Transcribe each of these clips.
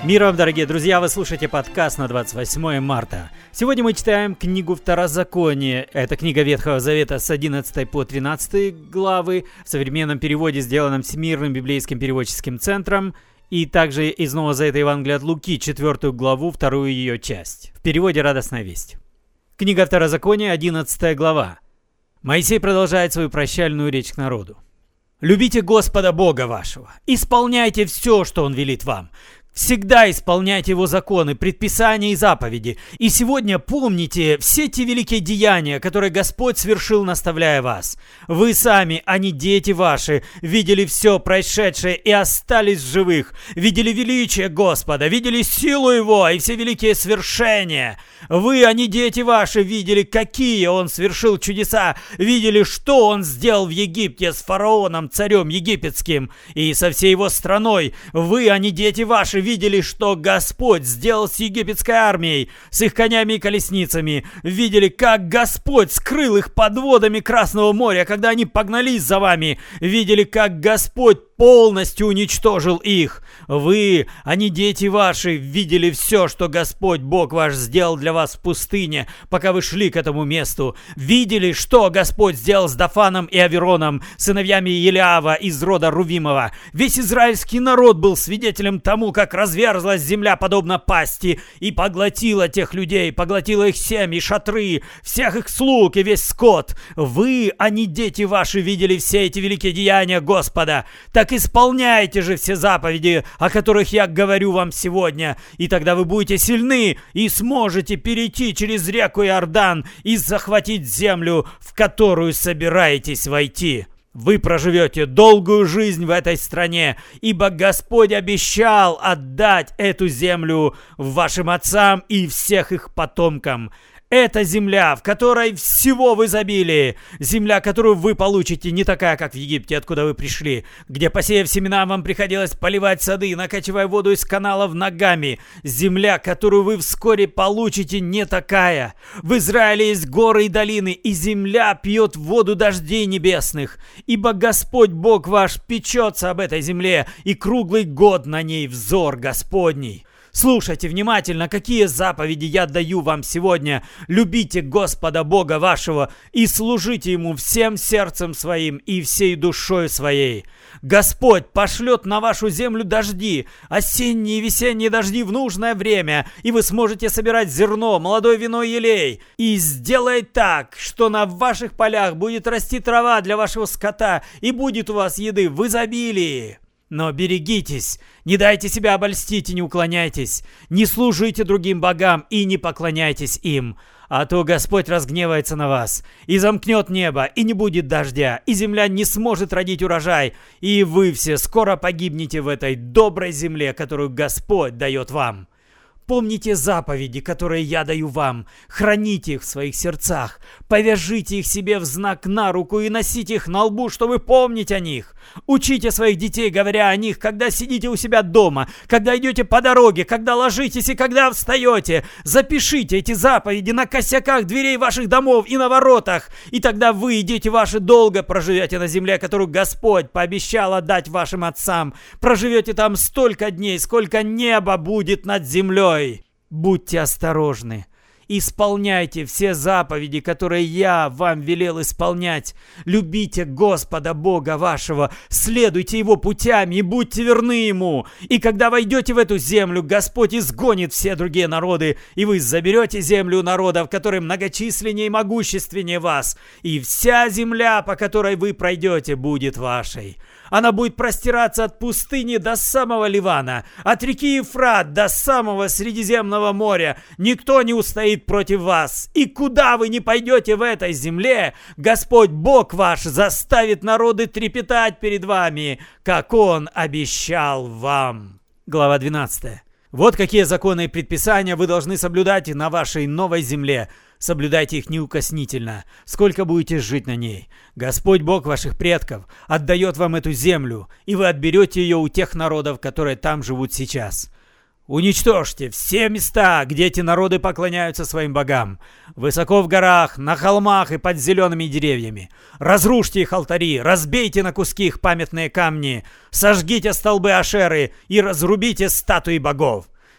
Мир вам, дорогие друзья, вы слушаете подкаст на 28 марта. Сегодня мы читаем книгу Второзаконие. Это книга Ветхого Завета с 11 по 13 главы в современном переводе, сделанном Всемирным библейским переводческим центром, и также из Нового Завета Евангелия от Луки, 4 главу, вторую ее часть. В переводе «Радостная весть». Книга Второзакония, 11 глава. Моисей продолжает свою прощальную речь к народу. «Любите Господа Бога вашего, исполняйте все, что Он велит вам. Всегда исполняйте Его законы, предписания и заповеди. И сегодня помните все те великие деяния, которые Господь совершил, наставляя вас. Вы сами, а не дети ваши, видели все происшедшее и остались в живых. Видели величие Господа, видели силу Его и все великие свершения. Вы, а не дети ваши, видели, какие Он совершил чудеса. Видели, что Он сделал в Египте с фараоном, царем египетским, и со всей его страной. Вы, а не дети ваши, видели, что Господь сделал с египетской армией, с их конями и колесницами. Видели, как Господь скрыл их под водами Красного моря, когда они погнались за вами. Видели, как Господь полностью уничтожил их. Вы, а не дети ваши, видели все, что Господь Бог ваш сделал для вас в пустыне, пока вы шли к этому месту. Видели, что Господь сделал с Дафаном и Авероном, сыновьями Елиава из рода Рувимова. Весь израильский народ был свидетелем тому, как разверзлась земля подобно пасти и поглотила тех людей, поглотила их семьи, шатры, всех их слуг и весь скот. Вы, а не дети ваши, видели все эти великие деяния Господа. Так исполняйте же все заповеди, о которых я говорю вам сегодня, и тогда вы будете сильны и сможете перейти через реку Иордан и захватить землю, в которую собираетесь войти. Вы проживете долгую жизнь в этой стране, ибо Господь обещал отдать эту землю вашим отцам и всех их потомкам. Это земля, в которой всего в изобилии. Земля, которую вы получите, не такая, как в Египте, откуда вы пришли, где, посеяв семена, вам приходилось поливать сады, накачивая воду из каналов ногами. Земля, которую вы вскоре получите, не такая. В Израиле есть горы и долины, и земля пьет воду дождей небесных. Ибо Господь Бог ваш печется об этой земле, и круглый год на ней взор Господний. Слушайте внимательно, какие заповеди я даю вам сегодня. Любите Господа Бога вашего и служите Ему всем сердцем своим и всей душой своей. Господь пошлет на вашу землю дожди, осенние и весенние дожди в нужное время, и вы сможете собирать зерно, молодое вино и елей. И сделает так, что на ваших полях будет расти трава для вашего скота, и будет у вас еды в изобилии. Но берегитесь, не дайте себя обольстить и не уклоняйтесь, не служите другим богам и не поклоняйтесь им, а то Господь разгневается на вас и замкнет небо, и не будет дождя, и земля не сможет родить урожай, и вы все скоро погибнете в этой доброй земле, которую Господь дает вам. Помните заповеди, которые я даю вам, храните их в своих сердцах, повяжите их себе в знак на руку и носите их на лбу, чтобы помнить о них. Учите своих детей, говоря о них, когда сидите у себя дома, когда идете по дороге, когда ложитесь и когда встаете. Запишите эти заповеди на косяках дверей ваших домов и на воротах, и тогда вы и дети ваши долго проживете на земле, которую Господь пообещал отдать вашим отцам. Проживете там столько дней, сколько небо будет над землей. Будьте осторожны. Исполняйте все заповеди, которые я вам велел исполнять. Любите Господа Бога вашего, следуйте Его путями и будьте верны Ему. И когда войдете в эту землю, Господь изгонит все другие народы, и вы заберете землю народов, которые многочисленнее и могущественнее вас, и вся земля, по которой вы пройдете, будет вашей. Она будет простираться от пустыни до самого Ливана, от реки Ефрат до самого Средиземного моря. Никто не устоит против вас. И куда вы ни пойдете в этой земле, Господь Бог ваш заставит народы трепетать перед вами, как Он обещал вам. Глава 12. Вот какие законы и предписания вы должны соблюдать на вашей новой земле. Соблюдайте их неукоснительно, сколько будете жить на ней. Господь Бог ваших предков отдает вам эту землю, и вы отберете ее у тех народов, которые там живут сейчас. Уничтожьте все места, где эти народы поклоняются своим богам. Высоко в горах, на холмах и под зелеными деревьями. Разрушьте их алтари, разбейте на куски их памятные камни. Сожгите столбы Ашеры и разрубите статуи богов.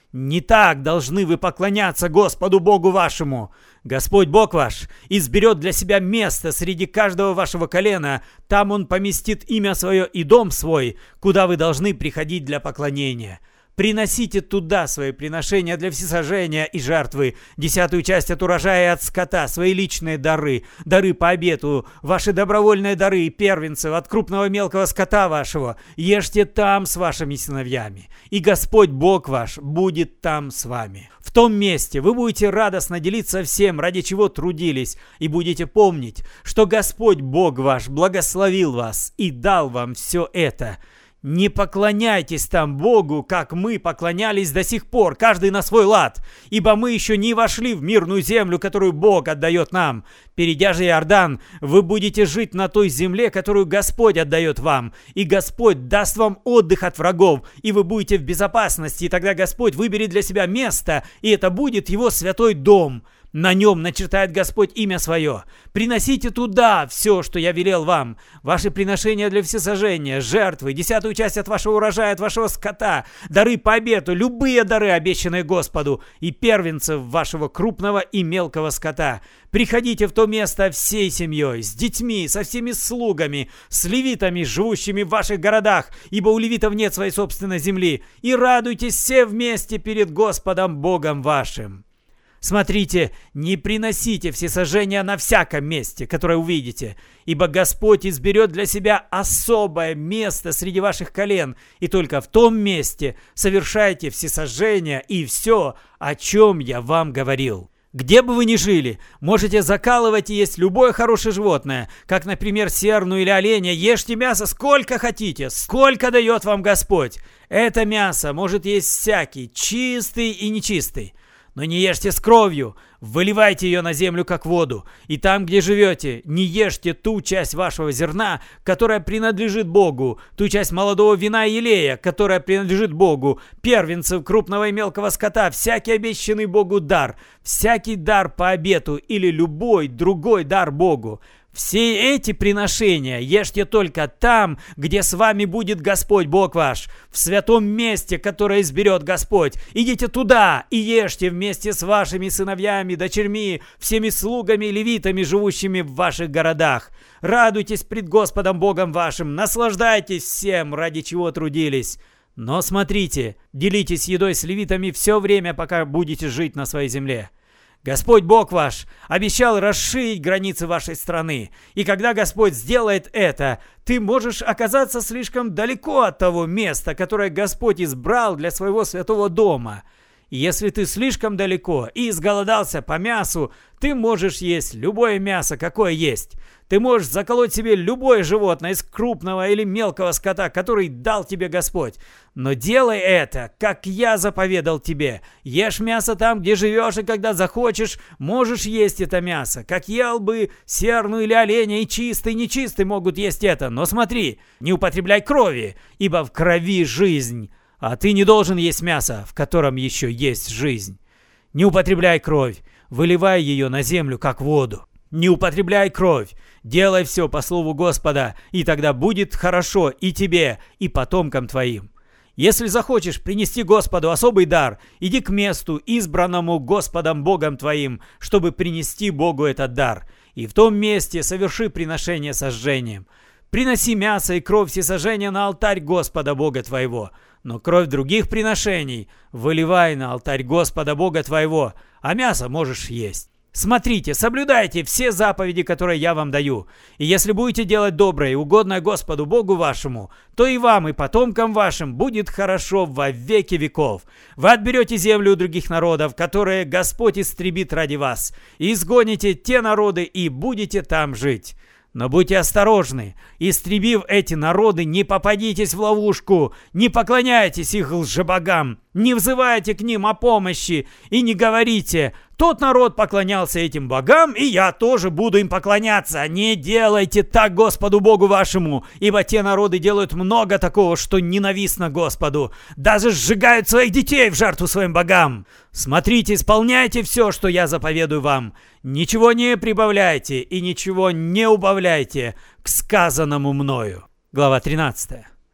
Не так должны вы поклоняться Господу Богу вашему. Господь Бог ваш изберет для себя место среди каждого вашего колена. Там Он поместит имя свое и дом свой, куда вы должны приходить для поклонения. Приносите туда свои приношения для всесожжения и жертвы, 10-ю часть от урожая и от скота, свои личные дары, дары по обету, ваши добровольные дары и первенцев от крупного и мелкого скота вашего. Ешьте там с вашими сыновьями, и Господь Бог ваш будет там с вами. В том месте вы будете радостно делиться всем, ради чего трудились, и будете помнить, что Господь Бог ваш благословил вас и дал вам все это. Не поклоняйтесь там Богу, как мы поклонялись до сих пор, каждый на свой лад, ибо мы еще не вошли в мирную землю, которую Бог отдает нам. Перейдя же Иордан, вы будете жить на той земле, которую Господь отдает вам, и Господь даст вам отдых от врагов, и вы будете в безопасности, и тогда Господь выберет для себя место, и это будет Его святой дом. На нем начертает Господь имя свое. Приносите туда все, что я велел вам. Ваши приношения для всесожжения, жертвы, 10-ю часть от вашего урожая, от вашего скота, дары по обету, любые дары, обещанные Господу, и первенцев вашего крупного и мелкого скота. Приходите в то место всей семьей, с детьми, со всеми слугами, с левитами, живущими в ваших городах, ибо у левитов нет своей собственной земли, и радуйтесь все вместе перед Господом Богом вашим. Смотрите, не приносите всесожжения на всяком месте, которое увидите, ибо Господь изберет для себя особое место среди ваших колен, и только в том месте совершайте всесожжения и все, о чем я вам говорил. Где бы вы ни жили, можете закалывать и есть любое хорошее животное, как, например, серну или оленя. Ешьте мясо сколько хотите, сколько дает вам Господь. Это мясо может есть всякий, чистый и нечистый. Но не ешьте с кровью, выливайте ее на землю, как воду. И там, где живете, не ешьте ту часть вашего зерна, которая принадлежит Богу, ту часть молодого вина и елея, которая принадлежит Богу, первенцев крупного и мелкого скота, всякий обещанный Богу дар, всякий дар по обету или любой другой дар Богу. Все эти приношения ешьте только там, где с вами будет Господь Бог ваш, в святом месте, которое изберет Господь. Идите туда и ешьте вместе с вашими сыновьями, дочерьми, всеми слугами и левитами, живущими в ваших городах. Радуйтесь пред Господом Богом вашим, наслаждайтесь всем, ради чего трудились. Но смотрите, делитесь едой с левитами все время, пока будете жить на своей земле. Господь Бог ваш обещал расширить границы вашей страны, и когда Господь сделает это, ты можешь оказаться слишком далеко от того места, которое Господь избрал для своего святого дома. И если ты слишком далеко и изголодался по мясу, ты можешь есть любое мясо, какое есть. Ты можешь заколоть себе любое животное из крупного или мелкого скота, который дал тебе Господь. Но делай это, как я заповедал тебе. Ешь мясо там, где живешь, и когда захочешь, можешь есть это мясо. Как ел бы серну или оленя, и чистый, и нечистый могут есть это. Но смотри, не употребляй крови, ибо в крови жизнь. А ты не должен есть мясо, в котором еще есть жизнь. Не употребляй кровь, выливай ее на землю, как воду. Не употребляй кровь, делай все по слову Господа, и тогда будет хорошо и тебе, и потомкам твоим. Если захочешь принести Господу особый дар, иди к месту, избранному Господом Богом твоим, чтобы принести Богу этот дар, и в том месте соверши приношение сожжением. Приноси мясо и кровь всесожжения на алтарь Господа Бога твоего, но кровь других приношений выливай на алтарь Господа Бога твоего, а мясо можешь есть. Смотрите, соблюдайте все заповеди, которые я вам даю. И если будете делать доброе и угодное Господу Богу вашему, то и вам, и потомкам вашим будет хорошо во веки веков. Вы отберете землю у других народов, которые Господь истребит ради вас, и изгоните те народы, и будете там жить. Но будьте осторожны, истребив эти народы, не попадитесь в ловушку, не поклоняйтесь их лжебогам, не взывайте к ним о помощи и не говорите: тот народ поклонялся этим богам, и я тоже буду им поклоняться. Не делайте так Господу Богу вашему, ибо те народы делают много такого, что ненавистно Господу, даже сжигают своих детей в жертву своим богам. Смотрите, исполняйте все, что я заповедую вам. Ничего не прибавляйте и ничего не убавляйте к сказанному мною. Глава 13.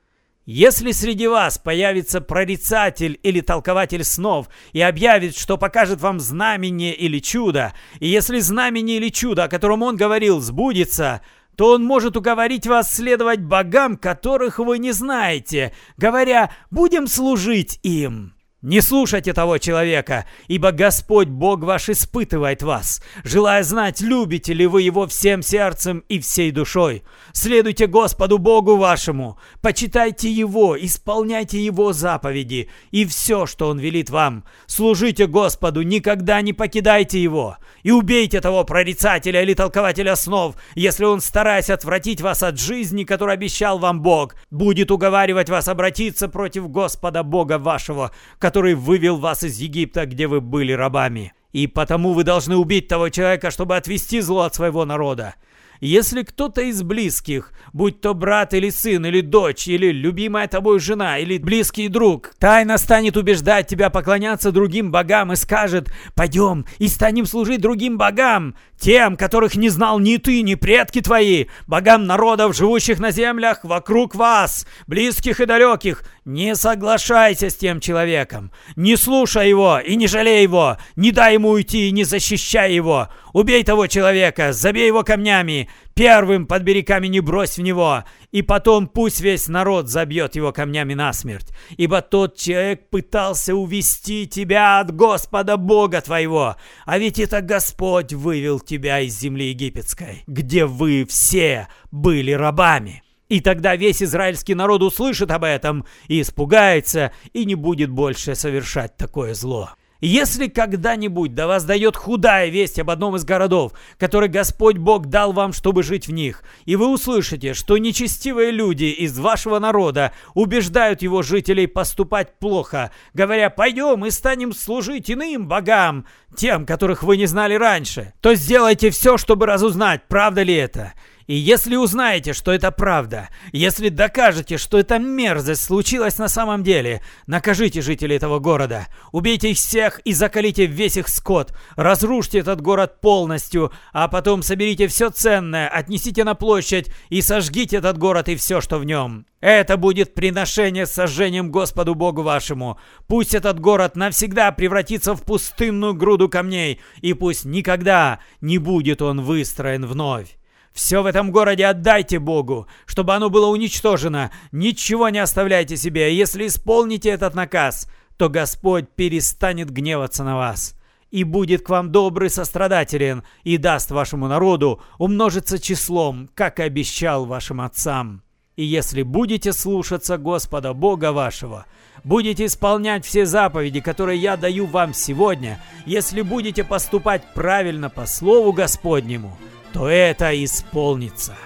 Если среди вас появится прорицатель или толкователь снов и объявит, что покажет вам знамение или чудо, и если знамение или чудо, о котором он говорил, сбудется, то он может уговорить вас следовать богам, которых вы не знаете, говоря: «Будем служить им». Не слушайте того человека, ибо Господь Бог ваш испытывает вас, желая знать, любите ли вы Его всем сердцем и всей душой. Следуйте Господу Богу вашему, почитайте Его, исполняйте Его заповеди и все, что Он велит вам. Служите Господу, никогда не покидайте Его. И убейте того прорицателя или толкователя снов, если он, стараясь отвратить вас от жизни, которую обещал вам Бог, будет уговаривать вас обратиться против Господа Бога вашего, который вывел вас из Египта, где вы были рабами. И потому вы должны убить того человека, чтобы отвести зло от своего народа. Если кто-то из близких, будь то брат или сын, или дочь, или любимая тобой жена, или близкий друг, тайно станет убеждать тебя поклоняться другим богам и скажет: «Пойдем и станем служить другим богам, тем, которых не знал ни ты, ни предки твои, богам народов, живущих на землях вокруг вас, близких и далеких», не соглашайся с тем человеком, не слушай его и не жалей его, не дай ему уйти и не защищай его. Убей того человека, забей его камнями, первым подбери камень и брось в него, и потом пусть весь народ забьет его камнями насмерть. Ибо тот человек пытался увести тебя от Господа Бога твоего, а ведь это Господь вывел тебя из земли египетской, где вы все были рабами. И тогда весь израильский народ услышит об этом и испугается, и не будет больше совершать такое зло. Если когда-нибудь до вас дойдет худая весть об одном из городов, который Господь Бог дал вам, чтобы жить в них, и вы услышите, что нечестивые люди из вашего народа убеждают его жителей поступать плохо, говоря: «Пойдем и станем служить иным богам, тем, которых вы не знали раньше», то сделайте все, чтобы разузнать, правда ли это. И если узнаете, что это правда, если докажете, что эта мерзость случилась на самом деле, накажите жителей этого города, убейте их всех и заколите весь их скот, разрушьте этот город полностью, а потом соберите все ценное, отнесите на площадь и сожгите этот город и все, что в нем. Это будет приношение с сожжением Господу Богу вашему. Пусть этот город навсегда превратится в пустынную груду камней, и пусть никогда не будет он выстроен вновь. Все в этом городе отдайте Богу, чтобы оно было уничтожено. Ничего не оставляйте себе. Если исполните этот наказ, то Господь перестанет гневаться на вас и будет к вам добр и сострадателен, и даст вашему народу умножиться числом, как и обещал вашим отцам. И если будете слушаться Господа Бога вашего, будете исполнять все заповеди, которые я даю вам сегодня, если будете поступать правильно по слову Господнему, то это исполнится.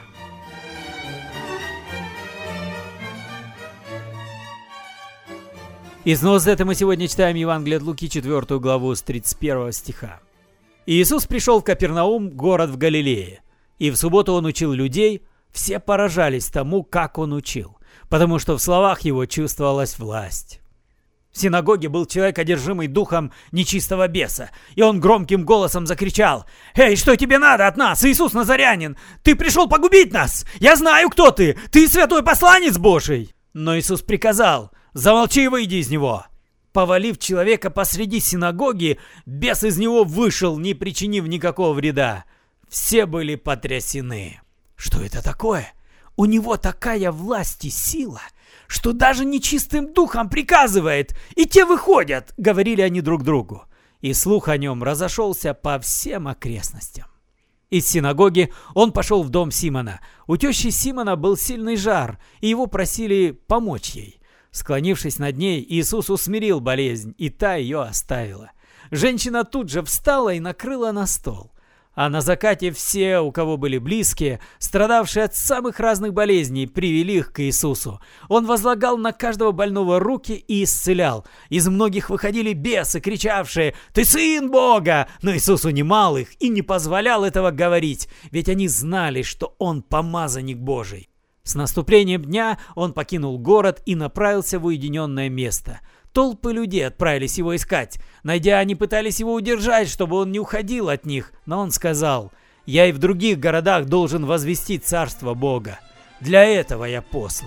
Из Новозавета мы сегодня читаем Евангелие от Луки, 4 главу, с 31 стиха. Иисус пришел в Капернаум, город в Галилее, и в субботу Он учил людей. Все поражались тому, как Он учил, потому что в словах Его чувствовалась власть. В синагоге был человек, одержимый духом нечистого беса, и он громким голосом закричал: «Эй, что тебе надо от нас, Иисус Назарянин? Ты пришел погубить нас! Я знаю, кто ты! Ты святой посланец Божий!» Но Иисус приказал: «Замолчи и выйди из него!» Повалив человека посреди синагоги, бес из него вышел, не причинив никакого вреда. Все были потрясены. Что это такое? У него такая власть и сила, что даже нечистым духом приказывает, и те выходят, говорили они друг другу. И слух о нем разошелся по всем окрестностям. Из синагоги он пошел в дом Симона. У тещи Симона был сильный жар, и его просили помочь ей. Склонившись над ней, Иисус усмирил болезнь, и та ее оставила. Женщина тут же встала и накрыла на стол. А на закате все, у кого были близкие, страдавшие от самых разных болезней, привели их к Иисусу. Он возлагал на каждого больного руки и исцелял. Из многих выходили бесы, кричавшие: «Ты сын Бога!» Но Иисус унимал их и не позволял этого говорить, ведь они знали, что Он помазанник Божий. С наступлением дня Он покинул город и направился в уединенное место. Толпы людей отправились его искать. Найдя, они пытались его удержать, чтобы он не уходил от них. Но он сказал: «Я и в других городах должен возвестить царство Бога. Для этого я послан».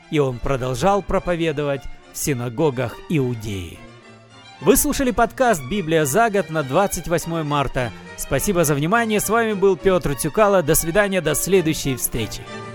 и он продолжал проповедовать в синагогах Иудеи. Вы слушали подкаст «Библия за год» на 28 марта. Спасибо за внимание. С вами был Петр Тюкало. До свидания, до следующей встречи.